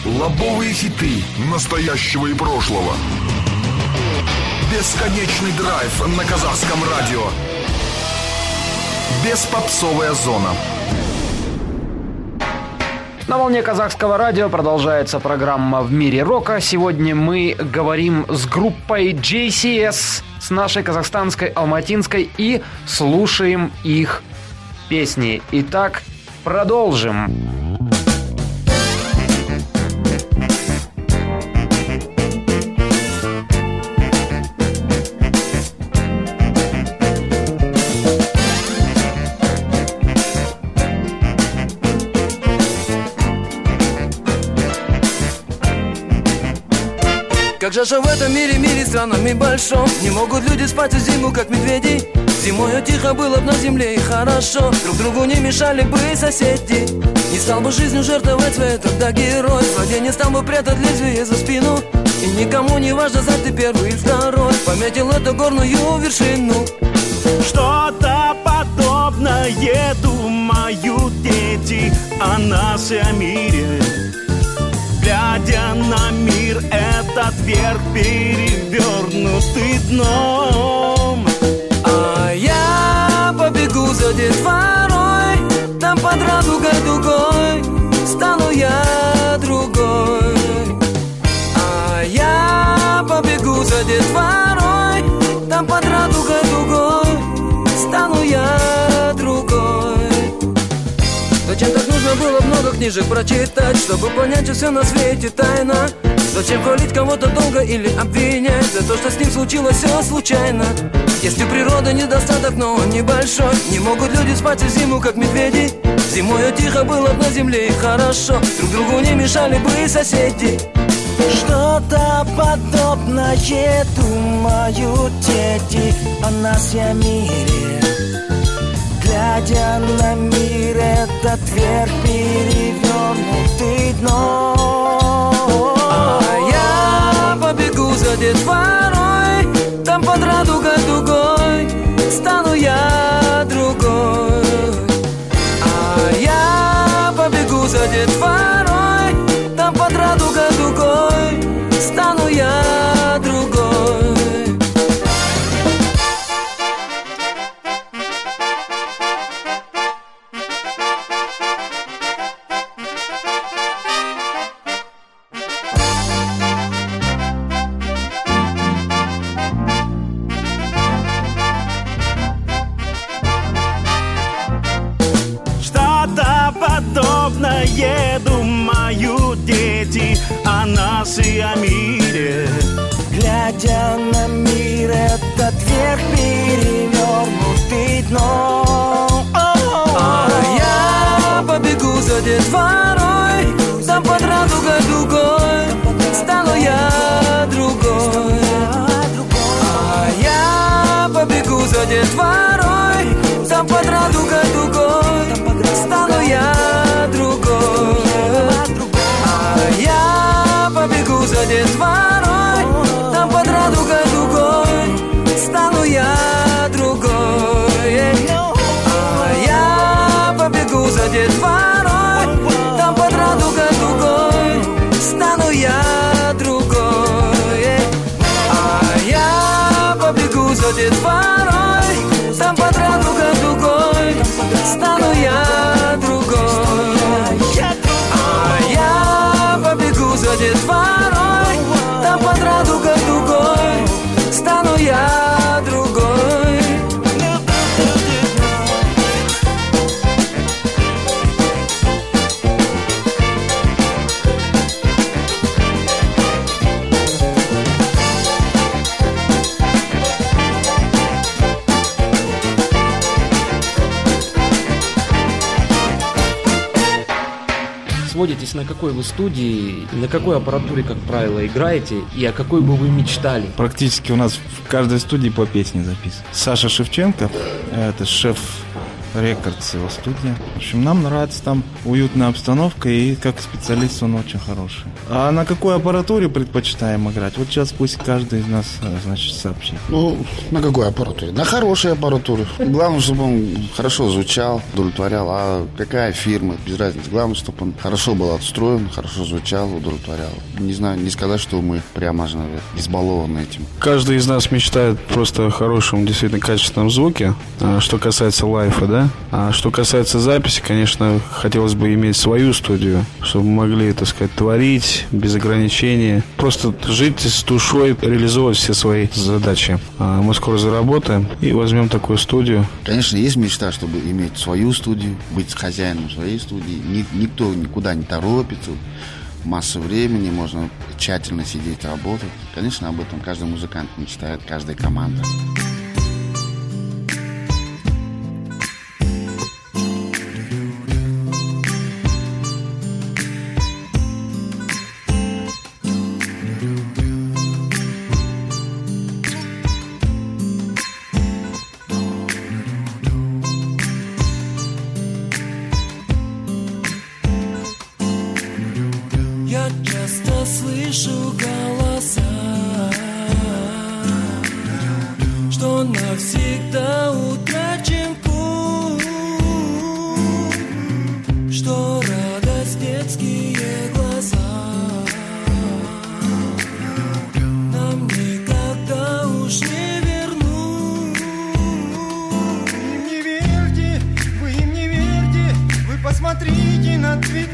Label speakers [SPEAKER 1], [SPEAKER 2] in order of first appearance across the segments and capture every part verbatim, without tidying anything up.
[SPEAKER 1] Лобовые хиты настоящего и прошлого. Бесконечный драйв на казахском радио. Беспопсовая зона.
[SPEAKER 2] На волне казахского радио продолжается программа «В мире рока». Сегодня мы говорим с группой джей си эс, с нашей казахстанской, алматинской, и слушаем их песни. Итак, продолжим.
[SPEAKER 3] Как же же в этом мире, мире странном и большом не могут люди спать всю зиму, как медведи. Зимою тихо было б на земле и хорошо, друг другу не мешали бы и соседи. Не стал бы жизнью жертвовать свою, тогда герой злодей не стал бы прятать лезвие за спину. И никому не важно, знать ты первый или второй, пометил эту горную вершину.
[SPEAKER 4] Что-то подобное думают дети о нас и о мире. Глядя на мир, этот вверх перевернутый дном.
[SPEAKER 3] А я побегу за детворой, там под радугой дугой стану я другой. А я побегу за детворой, там под радугой дугой стану я другой. Зачем так нужно было много книжек прочитать, чтобы понять, что все на свете тайна? Зачем хвалить кого-то долго или обвинять за то, что с ним случилось все случайно? Есть у природы недостаток, но он небольшой. Не могут люди спать всю зиму, как медведи. Зимою тихо было б на земле и хорошо, друг другу не мешали бы и соседи.
[SPEAKER 5] Что-то подобное думают дети о нас и о мире. Глядя на мир, этот вверх перевернутый дном.
[SPEAKER 3] А я побегу за детворой, там под радугой дугой стану я другой. А я побегу за детворой, там под радугой дугой стану я другой.
[SPEAKER 4] Думают дети о нас и о мире.
[SPEAKER 5] Глядя на мир, этот вверх перевернутый дном.
[SPEAKER 3] А я побегу за детворой, там под радугой дугой стану я другой. А я побегу за детворой, там под радугой дугой стану я другой. А я побегу за детворой, там под радугой дугой стану я другой. А я побегу за детворой, там под радугой дугой стану я другой. А я побегу за детворой, там под радугой дугой стану я другой. А я побегу за детворой, там под радугой дугой стану я другой.
[SPEAKER 2] Сводитесь, на какой вы студии, на какой аппаратуре, как правило, играете, и о какой бы вы мечтали?
[SPEAKER 6] Практически у нас в каждой студии по песне записано. Саша Шевченко, это шеф Рекордс его студия. В общем, нам нравится там уютная обстановка, и как специалист он очень хороший. А на какой аппаратуре предпочитаем играть? Вот сейчас пусть каждый из нас, значит, сообщит.
[SPEAKER 7] Ну, на какой аппаратуре? На хорошей аппаратуре. Главное, чтобы он хорошо звучал, удовлетворял. А какая фирма, без разницы. Главное, чтобы он хорошо был отстроен, хорошо звучал, удовлетворял. Не знаю, не сказать, что мы прямо же, наверное, избалованы этим.
[SPEAKER 8] Каждый из нас мечтает просто о хорошем, действительно качественном звуке, что касается лайфа, да? А что касается записи, конечно, хотелось бы иметь свою студию, чтобы мы могли, так сказать, творить без ограничений, просто жить с душой, реализовывать все свои задачи. Мы скоро заработаем и возьмем такую студию.
[SPEAKER 7] Конечно, есть мечта, чтобы иметь свою студию, быть хозяином своей студии. Никто никуда не торопится. Масса времени, можно тщательно сидеть, работать. Конечно, об этом каждый музыкант мечтает, каждая команда.
[SPEAKER 5] Я часто слышу голоса, что навсегда утрачен путь, что радость детские глаза нам никогда уж не вернуть.
[SPEAKER 9] Вы им не верьте, вы им не верьте, вы посмотрите на цветы.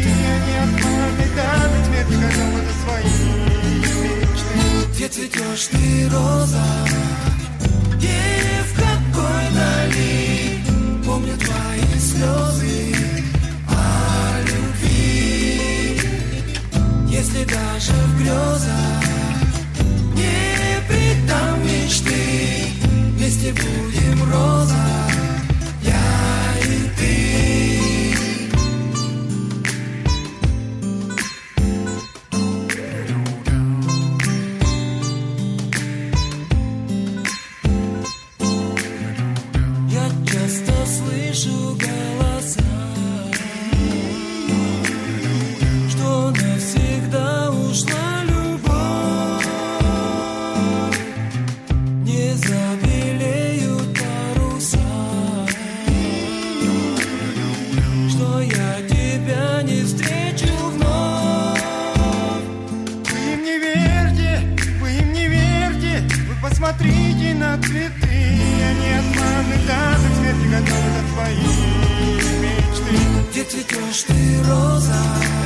[SPEAKER 5] Где цветешь ты, роза, и в какой дали помню твои слезы о любви. Если даже в грезах не предам мечты, вместе будем, роза, я и ты. Слышу голоса, что навсегда ушла любовь, не забелеют паруса, что я тебя не встречу вновь.
[SPEAKER 9] Вы им не верьте, вы им не верьте, вы посмотрите на цветы. Они отманы даже к смерти готовы за твои мечты.
[SPEAKER 5] Где цветешь ты, роза,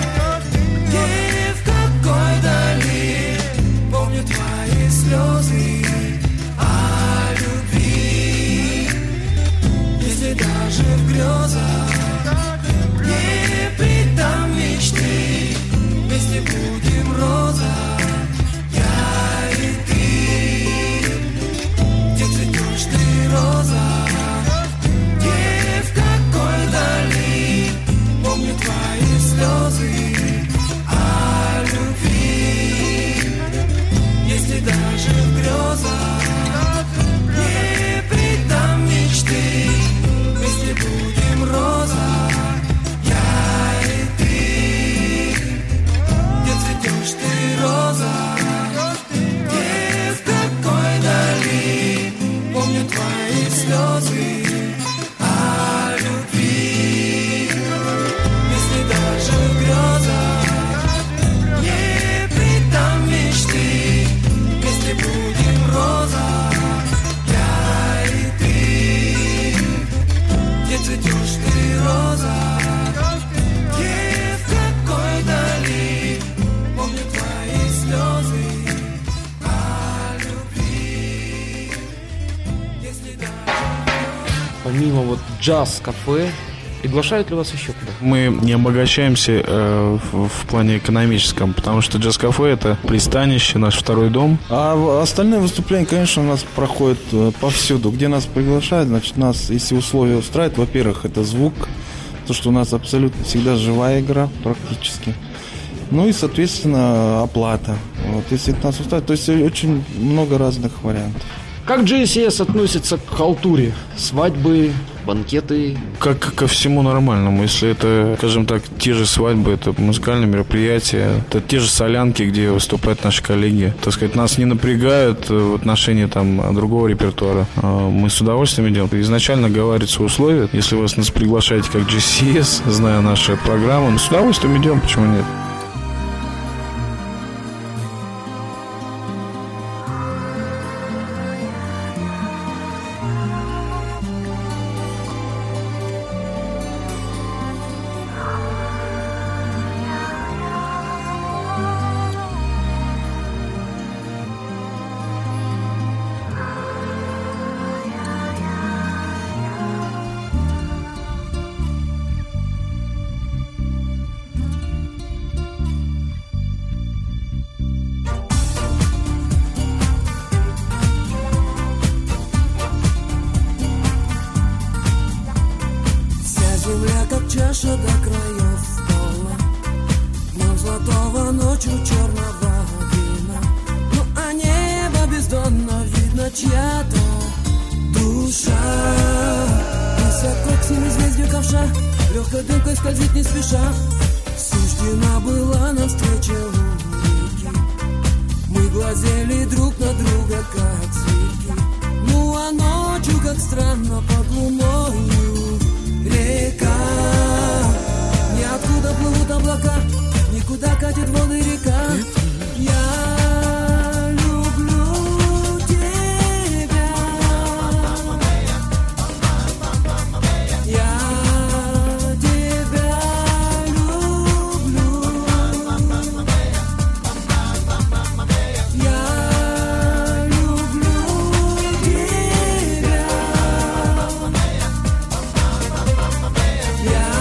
[SPEAKER 5] и в какой дали помню твои слезы о любви. Если даже в грезах не предам мечты, вместе будем, роза, я и ты. Где цветешь ты, роза, и в какой дали помню твои слезы о любви. Если даже в грезах не предам мечты, вместе будем, роза, я и ты. Где цветешь ты, роза, и в какой дали помню твои слезы о любви. Если даже в грезах не предам мечты, вместе будем, роза, я и ты. Где цветешь ты, роза, и в какой дали помню твои слезы о любви. Если даже...
[SPEAKER 2] Помимо вот джаз-кафе, приглашают ли вас еще куда?
[SPEAKER 8] Мы не обогащаемся э, в, в плане экономическом, потому что джаз-кафе — это пристанище, наш второй дом.
[SPEAKER 6] А остальные выступления, конечно, у нас проходят повсюду. Где нас приглашают, значит, нас, если условия устраивают, во-первых, это звук, то, что у нас абсолютно всегда живая игра практически. Ну и, соответственно, оплата. Вот, если это нас устраивает, то есть очень много разных вариантов.
[SPEAKER 2] Как джей си эс относится к халтуре? Свадьбы, банкеты?
[SPEAKER 8] Как ко всему нормальному. Если это, скажем так, те же свадьбы, это музыкальные мероприятия, это те же солянки, где выступают наши коллеги. Так сказать, нас не напрягают в отношении там другого репертуара. Мы с удовольствием идем. Изначально говорится условия. Если вы нас приглашаете как джей си эс, зная наши программы, мы с удовольствием идем, почему нет?
[SPEAKER 3] Чаша до краев стола, но золотого ночью черного вина. Ну а небо бездонно, видно чья-то душа. Высоко к синей звезде ковша, легкой дымкой скользит не спеша. Суждена была нам встреча у реки. Мы глазели друг на друга, как зверьки. Ну а ночью, как странно, под луною река. Ниоткуда плывут облака, никуда катит воды река. Я люблю тебя. Я тебя люблю. Я люблю тебя. Я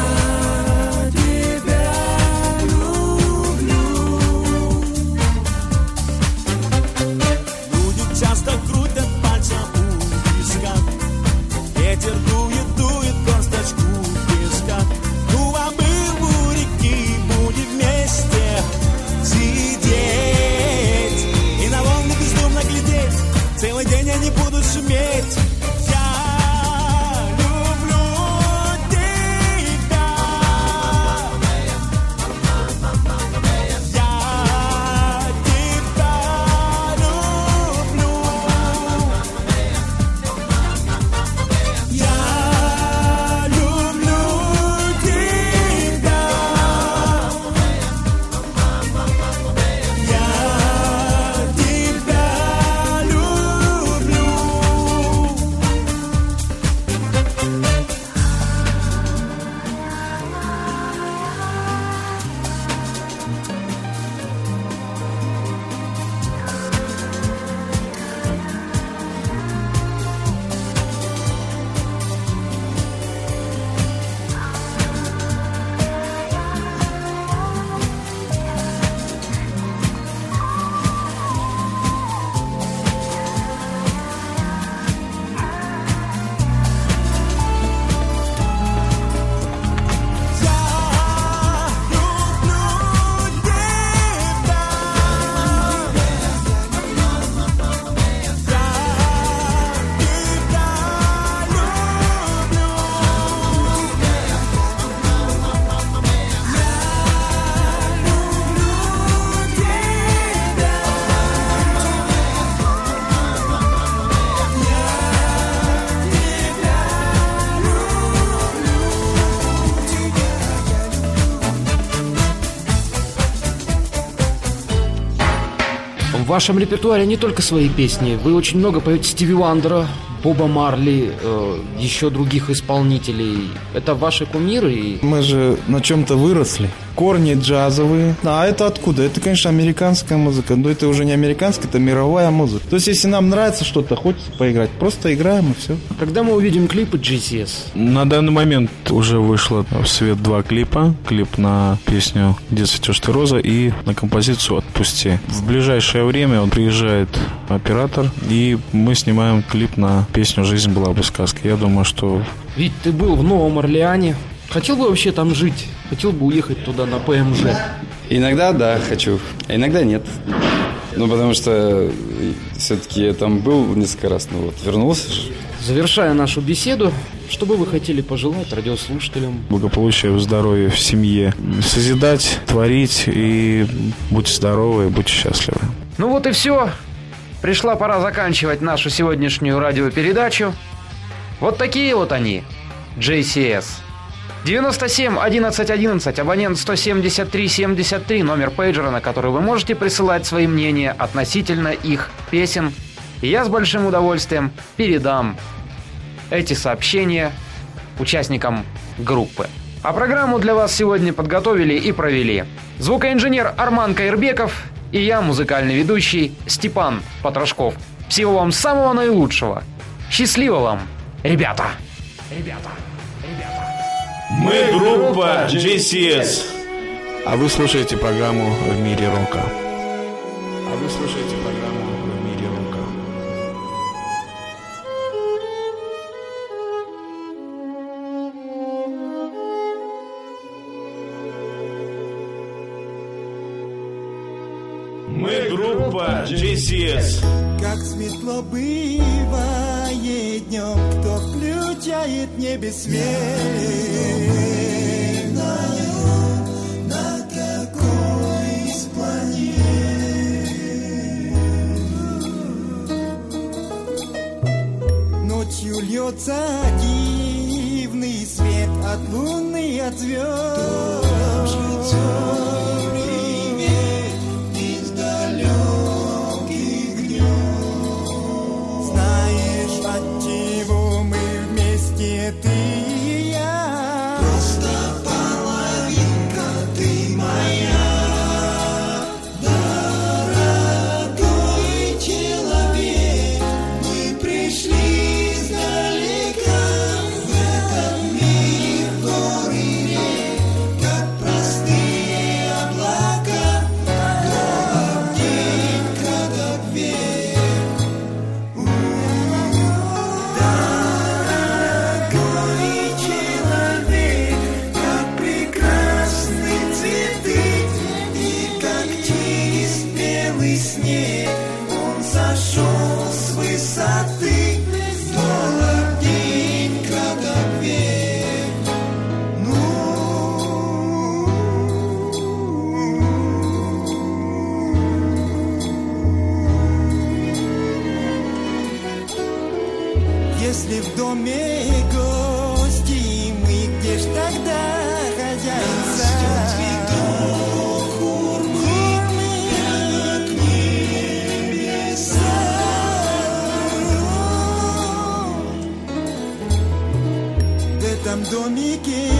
[SPEAKER 2] В вашем репертуаре не только свои песни. Вы очень много поете Стиви Вандера, Боба Марли, э, еще других исполнителей. Это ваши кумиры? И...
[SPEAKER 6] Мы же на чем-то выросли. Корни джазовые. А это откуда? Это, конечно, американская музыка. Но это уже не американская, это мировая музыка. То есть, если нам нравится что-то, хочется поиграть, просто играем и все.
[SPEAKER 2] Когда мы увидим клипы джей си эс?
[SPEAKER 8] На данный момент уже вышло в свет два клипа. Клип на песню «Где цветешь ты, роза» и на композицию «Отпусти». В ближайшее время он приезжает оператор, и мы снимаем клип на песню «Жизнь была бы сказкой». Я думаю, что...
[SPEAKER 2] Ведь ты был в Новом Орлеане. Хотел бы вообще там жить? Хотел бы уехать туда на ПМЖ?
[SPEAKER 10] Иногда да, хочу, а иногда нет. Ну, потому что все-таки я там был несколько раз, ну вот, вернулся же.
[SPEAKER 2] Завершая нашу беседу, что бы вы хотели пожелать радиослушателям?
[SPEAKER 8] Благополучия, здоровья в семье. Созидать, творить и будьте здоровы, будьте счастливы.
[SPEAKER 2] Ну вот и все. Пришла пора заканчивать нашу сегодняшнюю радиопередачу. Вот такие вот они, джей си эс. девяносто семь одиннадцать одиннадцать, абонент сто семьдесят три семьдесят три, номер пейджера, на который вы можете присылать свои мнения относительно их песен. И я с большим удовольствием передам эти сообщения участникам группы. А программу для вас сегодня подготовили и провели звукоинженер Арман Каирбеков и я, музыкальный ведущий Степан Потрошков. Всего вам самого наилучшего. Счастливо вам, ребята! Ребята!
[SPEAKER 8] Мы группа джей си эс. А вы слушаете программу «В мире рока». А вы слушаете программу «В мире рока». Мы группа джей си эс.
[SPEAKER 9] Как светло бывает днем, кто включает в небе свет. На какой из планет ночью льется дивный свет от луны, от звезд. Ты и я, просто половинка, ты моя, дорогой человек. Мы пришли издалека в этот мир гор и рек, как простые облака, город день, краток век. Если в доме гости, мы где ж тогда хозяйца? Цветок хурмы, как небеса. В этом домике